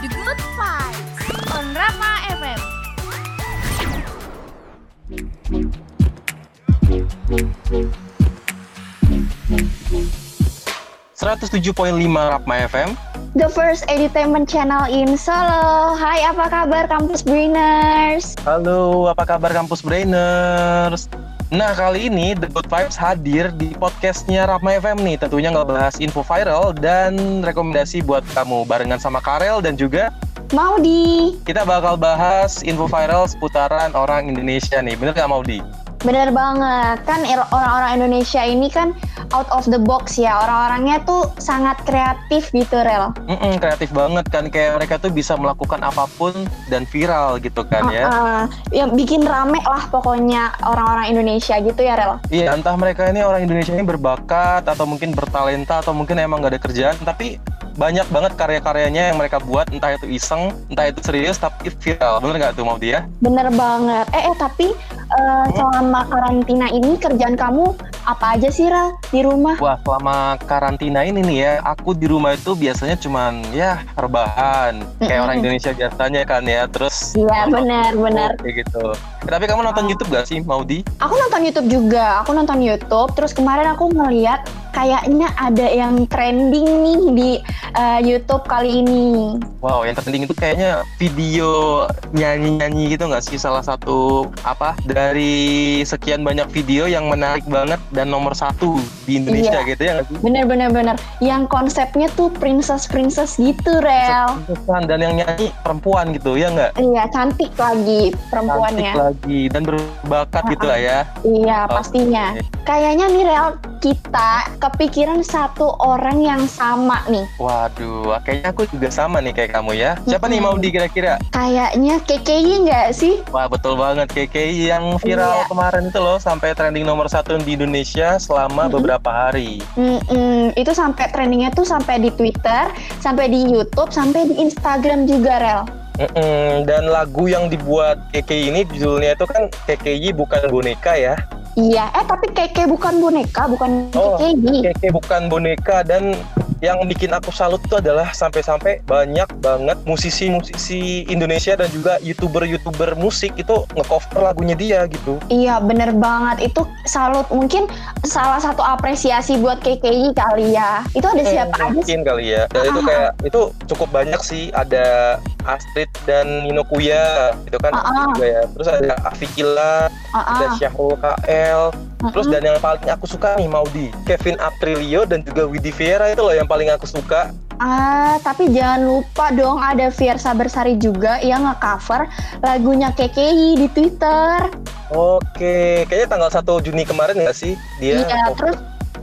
The Good Vibes on Rama FM. 107.5 Rama FM, The first entertainment channel in Solo. Hai, apa kabar Kampus Brainers? Halo, apa kabar Kampus Brainers? Nah, kali ini The Good Vibes hadir di podcastnya Rama FM nih. Tentunya ngebahas info viral dan rekomendasi buat kamu. Barengan sama Karel dan juga Maudi. kita bakal bahas info viral seputaran orang Indonesia nih. Bener gak Maudi? Bener banget, kan orang-orang Indonesia ini kan out of the box ya. Orang-orangnya tuh sangat kreatif gitu, Rel. Kreatif banget kan. Kayak mereka tuh bisa melakukan apapun dan viral gitu kan ya. Yang bikin rame lah pokoknya orang-orang Indonesia gitu ya, Rel. Iya, entah mereka ini orang Indonesia ini berbakat atau mungkin bertalenta atau mungkin emang gak ada kerjaan, tapi banyak banget karya-karyanya yang mereka buat, entah itu iseng, entah itu serius, tapi viral. Bener gak tuh Maudi ya? Bener banget. Tapi selama karantina ini kerjaan kamu apa aja sih, Rel, di rumah? Wah, selama karantina ini nih ya, aku di rumah itu biasanya cuman ya rebahan. Kayak orang Indonesia biasanya kan ya, terus Iya, benar. kayak gitu. Tapi kamu nonton YouTube gak sih, Maudi? Aku nonton YouTube juga. Aku nonton YouTube. Terus kemarin aku ngeliat kayaknya ada yang trending nih di YouTube kali ini. Wow, yang trending itu kayaknya video nyanyi-nyanyi gitu nggak sih? Salah satu dari sekian banyak video yang menarik banget dan nomor 1 di Indonesia gitu ya nggak sih? Bener. Yang konsepnya tuh princess gitu, Rel. Dan yang nyanyi perempuan gitu, ya nggak? Iya, cantik lagi perempuannya. Cantik lagi dan berbakat gitu lah ya. Iya, pastinya. Kayaknya nih, Rel, kita kepikiran satu orang yang sama nih. Waduh, kayaknya aku juga sama nih kayak kamu ya. Siapa nih Maudi kira-kira? Kayaknya KKI nggak sih? Wah, betul banget, KKI yang viral kemarin itu loh, sampai trending nomor 1 di Indonesia selama beberapa hari. Itu sampai trendingnya tuh sampai di Twitter, sampai di YouTube, sampai di Instagram juga, Rel. Dan lagu yang dibuat KKI ini judulnya itu kan KKI bukan boneka ya. Iya, tapi KK bukan boneka, bukan KKI. KK bukan boneka. Dan yang bikin aku salut tuh adalah sampai-sampai banyak banget musisi-musisi Indonesia dan juga YouTuber musik itu nge-cover lagunya dia gitu. Iya, bener banget. Itu salut. Mungkin salah satu apresiasi buat KKI kali ya. Itu ada siapa aja sih? Mungkin kali ya. Dan itu kayak, itu cukup banyak sih. Ada Astrid dan Nino Kuya gitu kan juga ya. Terus ada Afikila, ada Syahrul KL. Terus dan yang paling aku suka nih Maudi, Kevin Aprilio dan juga Widi Viera, itu loh yang paling aku suka. Tapi jangan lupa dong ada Fiersa Bersari juga yang nge-cover lagunya KKI di Twitter. Oke, kayaknya tanggal 1 Juni kemarin nggak sih dia? Iya, terus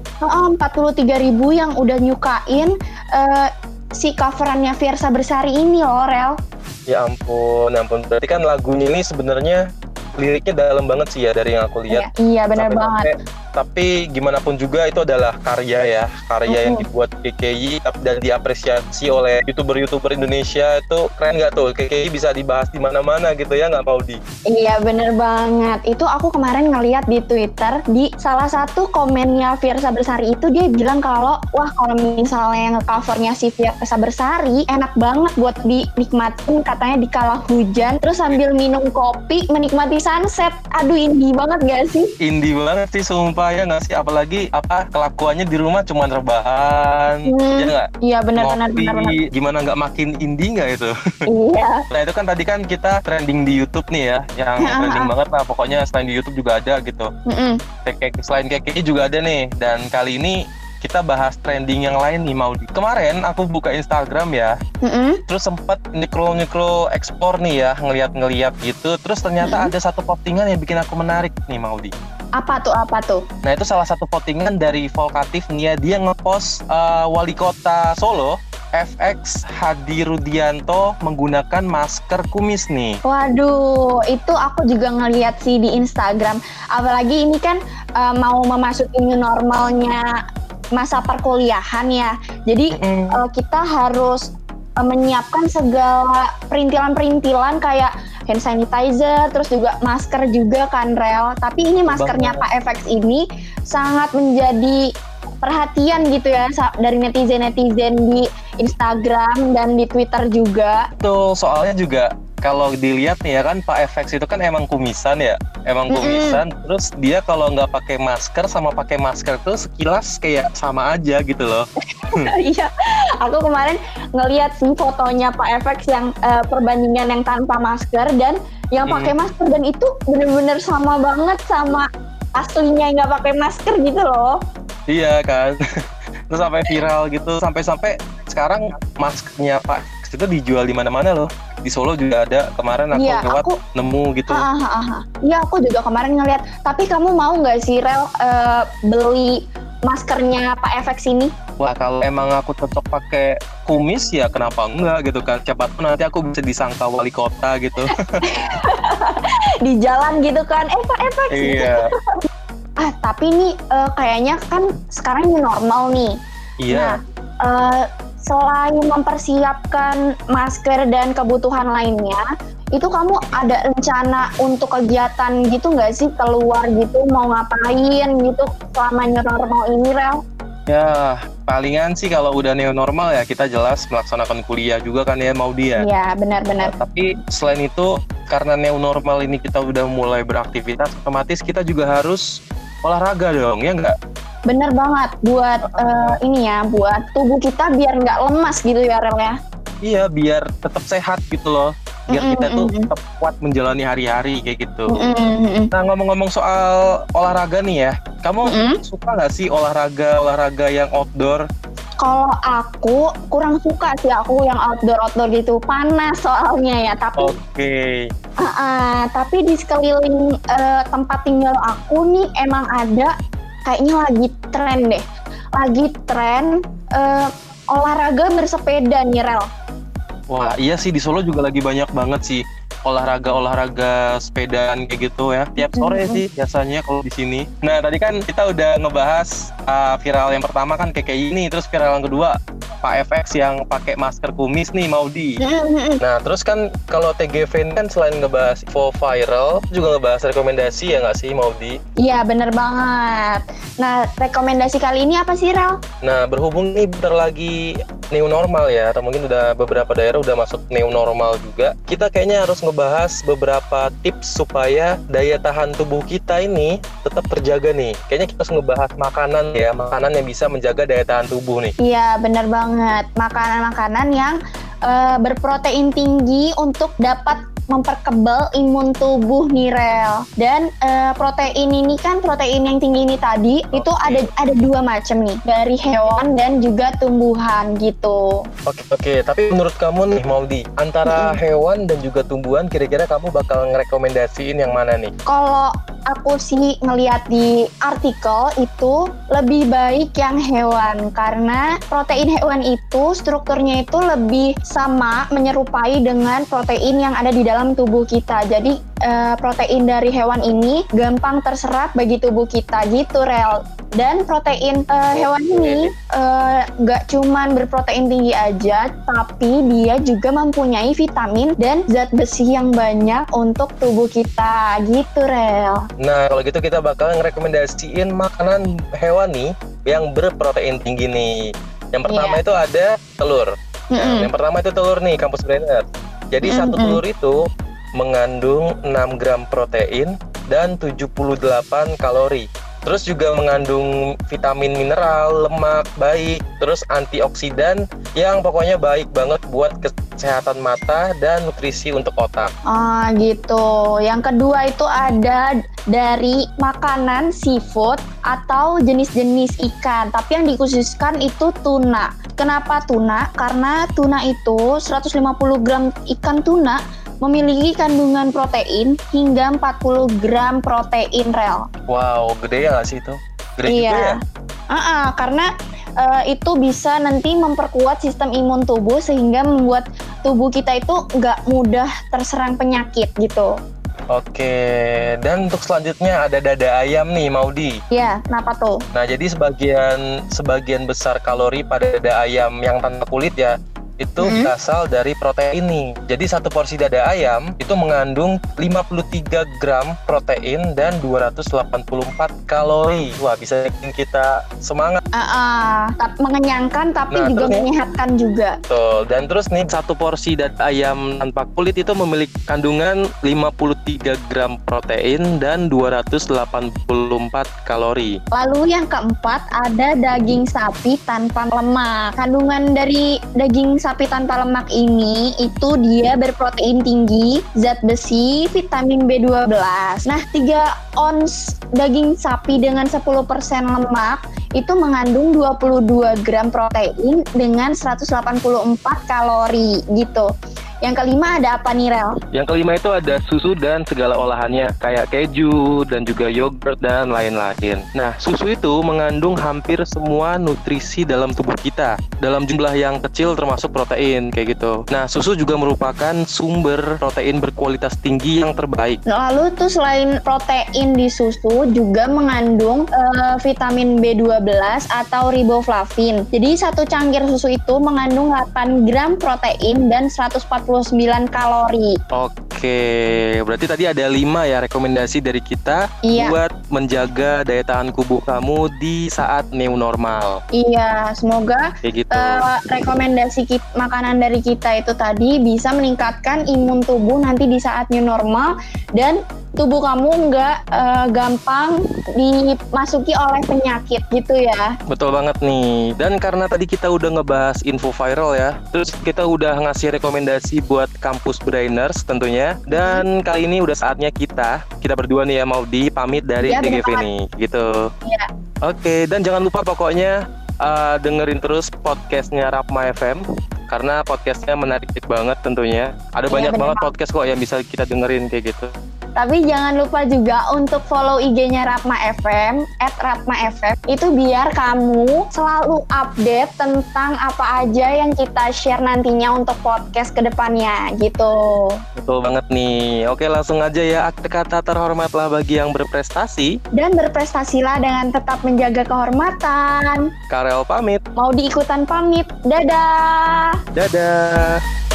43.000 yang udah nyukain si coverannya Fiersa Bersari ini loh, Rel. Ya ampun. Berarti kan lagunya ini sebenarnya liriknya dalam banget sih ya dari yang aku lihat. Iya, benar banget. Tapi gimana pun juga itu adalah karya yang dibuat KKI dan diapresiasi oleh YouTuber Indonesia. Itu keren nggak tuh? KKI bisa dibahas di mana-mana gitu ya, nggak Maudi? Iya, bener banget. Itu aku kemarin ngeliat di Twitter, di salah satu komennya Fiersa Bersari itu dia bilang kalau kalau misalnya nge-covernya si Fiersa Bersari enak banget buat dinikmatin, katanya di kala hujan terus sambil minum kopi menikmati sunset. Aduh, indie banget gak sih? Indie banget sih sumpah, ya nggak sih? Apalagi kelakuannya di rumah cuma rebahan, ya nggak? Iya, benar. Gimana nggak makin indie nggak itu? Iya. Nah, itu kan tadi kan kita trending di YouTube nih ya, yang trending banget lah. Pokoknya selain di YouTube juga ada gitu. Selain KKI juga ada nih. Dan kali ini kita bahas trending yang lain nih, Maudi. Kemarin aku buka Instagram ya, terus sempat nyekro explore nih ya, ngeliat gitu. Terus ternyata ada satu postingan yang bikin aku menarik nih, Maudi. Apa tuh? Nah, itu salah satu postingan dari Volkatif nih ya. Dia ngepost wali kota Solo, FX Hadi Rudianto, menggunakan masker kumis nih. Waduh, itu aku juga ngeliat sih di Instagram. Apalagi ini kan mau memasuki new normalnya masa perkuliahan ya. Jadi kita harus menyiapkan segala perintilan-perintilan kayak hand sanitizer, terus juga masker juga kan, Rel. Tapi ini maskernya Pak FX ini sangat menjadi perhatian gitu ya dari netizen-netizen di Instagram dan di Twitter juga. Betul, soalnya juga kalau dilihat nih ya kan Pak FX itu kan emang kumisan ya, terus dia kalau nggak pakai masker sama pakai masker tuh sekilas kayak sama aja gitu loh. Iya, aku kemarin ngeliat sih fotonya Pak FX yang perbandingan yang tanpa masker dan yang pakai masker, dan itu bener-bener sama banget sama aslinya yang nggak pakai masker gitu loh. Iya kan, terus sampai viral gitu, sampai sekarang maskernya Pak FX itu dijual di mana-mana loh. Di Solo juga ada, kemarin aku lewat nemu gitu. Iya, aku juga kemarin ngeliat. Tapi kamu mau nggak sih Rel beli maskernya Pak FX ini? Wah, kalau emang aku cocok pakai kumis ya kenapa enggak gitu kan. Siapa tahu nanti aku bisa disangka wali kota gitu. Di jalan gitu kan, Pak FX. Iya. Tapi nih kayaknya kan sekarang ini normal nih. Iya. Nah, selain mempersiapkan masker dan kebutuhan lainnya, itu kamu ada rencana untuk kegiatan gitu nggak sih, keluar gitu, mau ngapain gitu selama new normal ini, Rel? Ya, palingan sih kalau udah new normal ya kita jelas melaksanakan kuliah juga kan ya, mau dia. Iya, benar-benar. Tapi selain itu, karena new normal ini kita udah mulai beraktivitas, otomatis kita juga harus olahraga dong, ya nggak? Bener banget, buat ini ya, buat tubuh kita biar nggak lemas gitu ya, Rel ya. Iya, biar tetap sehat gitu loh. Biar kita tuh tetap kuat menjalani hari-hari kayak gitu. Nah, ngomong-ngomong soal olahraga nih ya, kamu suka nggak sih olahraga yang outdoor? Kalau aku kurang suka sih, aku yang outdoor gitu, panas soalnya ya. Tapi tapi di sekeliling tempat tinggal aku nih emang ada, kayaknya lagi tren olahraga bersepeda nih, Rel. Wah, iya sih, di Solo juga lagi banyak banget sih olahraga sepedaan kayak gitu ya. Tiap sore sih biasanya kalau di sini. Nah, tadi kan kita udah ngebahas viral yang pertama kan kayak ini, terus viral yang kedua Pak FX yang pakai masker kumis nih, Maudi. Nah, terus kan kalau TGV ini kan selain ngebahas info viral, juga ngebahas rekomendasi ya nggak sih, Maudi? Iya, bener banget. Nah, rekomendasi kali ini apa sih, Rel? Nah, berhubung nih bentar lagi new normal ya, atau mungkin udah beberapa daerah udah masuk new normal juga, kita kayaknya harus ngebahas beberapa tips supaya daya tahan tubuh kita ini tetap terjaga nih. Kayaknya kita harus ngebahas makanan yang bisa menjaga daya tahan tubuh nih. Iya, bener banget. Makanan-makanan yang berprotein tinggi untuk dapat memperkebal imun tubuh nih, Rel. Dan protein ini kan, protein yang tinggi ini tadi itu ada dua macam nih, dari hewan dan juga tumbuhan gitu. Oke. Tapi menurut kamu nih, Maudi, antara hewan dan juga tumbuhan, kira-kira kamu bakal ngerekomendasiin yang mana nih? Kalau aku sih ngelihat di artikel itu lebih baik yang hewan, karena protein hewan itu strukturnya itu lebih sama, menyerupai dengan protein yang ada di dalam tubuh kita. Jadi protein dari hewan ini gampang terserap bagi tubuh kita gitu, Rel. Dan protein hewan ini gak cuman berprotein tinggi aja, tapi dia juga mempunyai vitamin dan zat besi yang banyak untuk tubuh kita gitu, Rel. Nah, kalau gitu kita bakal ngerekomendasiin makanan hewani yang berprotein tinggi nih. Yang pertama itu ada telur. Nah, yang pertama itu telur nih, Kampus Brainer. Jadi satu telur itu mengandung 6 gram protein dan 78 kalori. Terus juga mengandung vitamin mineral, lemak baik, terus antioksidan yang pokoknya baik banget buat kesehatan mata dan nutrisi untuk otak. Gitu. Yang kedua itu ada dari makanan seafood atau jenis-jenis ikan, tapi yang dikhususkan itu tuna. Kenapa tuna? Karena tuna itu 150 gram ikan tuna memiliki kandungan protein hingga 40 gram protein, Rel. Wow, gede ya nggak sih itu? Gede juga ya? Karena itu bisa nanti memperkuat sistem imun tubuh sehingga membuat tubuh kita itu nggak mudah terserang penyakit gitu. Oke, dan untuk selanjutnya ada dada ayam nih, Maudi. Iya, kenapa tuh? Nah, jadi sebagian besar kalori pada dada ayam yang tanpa kulit ya, itu berasal dari protein nih. Jadi satu porsi dada ayam itu mengandung 53 gram protein dan 284 kalori. Wah, bisa bikin kita semangat. Mengenyangkan tapi juga menyehatkan juga. Betul. Dan terus nih, satu porsi dada ayam tanpa kulit itu memiliki kandungan 53 gram protein dan 284 kalori. Lalu yang keempat ada daging sapi tanpa lemak. Kandungan dari daging sapi tanpa lemak ini itu dia berprotein tinggi, zat besi, vitamin B12. Nah, 3 ons daging sapi dengan 10% lemak itu mengandung 22 gram protein dengan 184 kalori gitu. Yang kelima ada apa nih, Rel? Yang kelima itu ada susu dan segala olahannya, kayak keju dan juga yogurt dan lain-lain. Nah, susu itu mengandung hampir semua nutrisi dalam tubuh kita, dalam jumlah yang kecil termasuk protein, kayak gitu. Nah, susu juga merupakan sumber protein berkualitas tinggi yang terbaik. Lalu tuh selain protein di susu juga mengandung vitamin B12 atau riboflavin. Jadi satu cangkir susu itu mengandung 8 gram protein dan 149 kalori. Oke, berarti tadi ada 5 ya rekomendasi dari kita buat menjaga daya tahan tubuh kamu di saat new normal. Iya, semoga rekomendasi makanan dari kita itu tadi bisa meningkatkan imun tubuh nanti di saat new normal dan tubuh kamu nggak gampang dimasuki oleh penyakit gitu ya. Betul banget nih. Dan karena tadi kita udah ngebahas info viral ya, terus kita udah ngasih rekomendasi buat kampus brainers tentunya. Dan kali ini udah saatnya kita berdua nih ya mau dipamit dari DGV nih gitu. Iya. Oke, dan jangan lupa pokoknya dengerin terus podcastnya Rapma FM karena podcastnya menarik banget tentunya. Ada banyak banget podcast kok yang bisa kita dengerin kayak gitu. Tapi jangan lupa juga untuk follow IG-nya Rapma FM @rapmafm. Itu biar kamu selalu update tentang apa aja yang kita share nantinya untuk podcast kedepannya gitu. Betul banget nih. Oke, langsung aja ya. Kata terhormatlah bagi yang berprestasi. Dan berprestasilah dengan tetap menjaga kehormatan. Karel pamit. Mau diikutan pamit. Dadah. Dadah.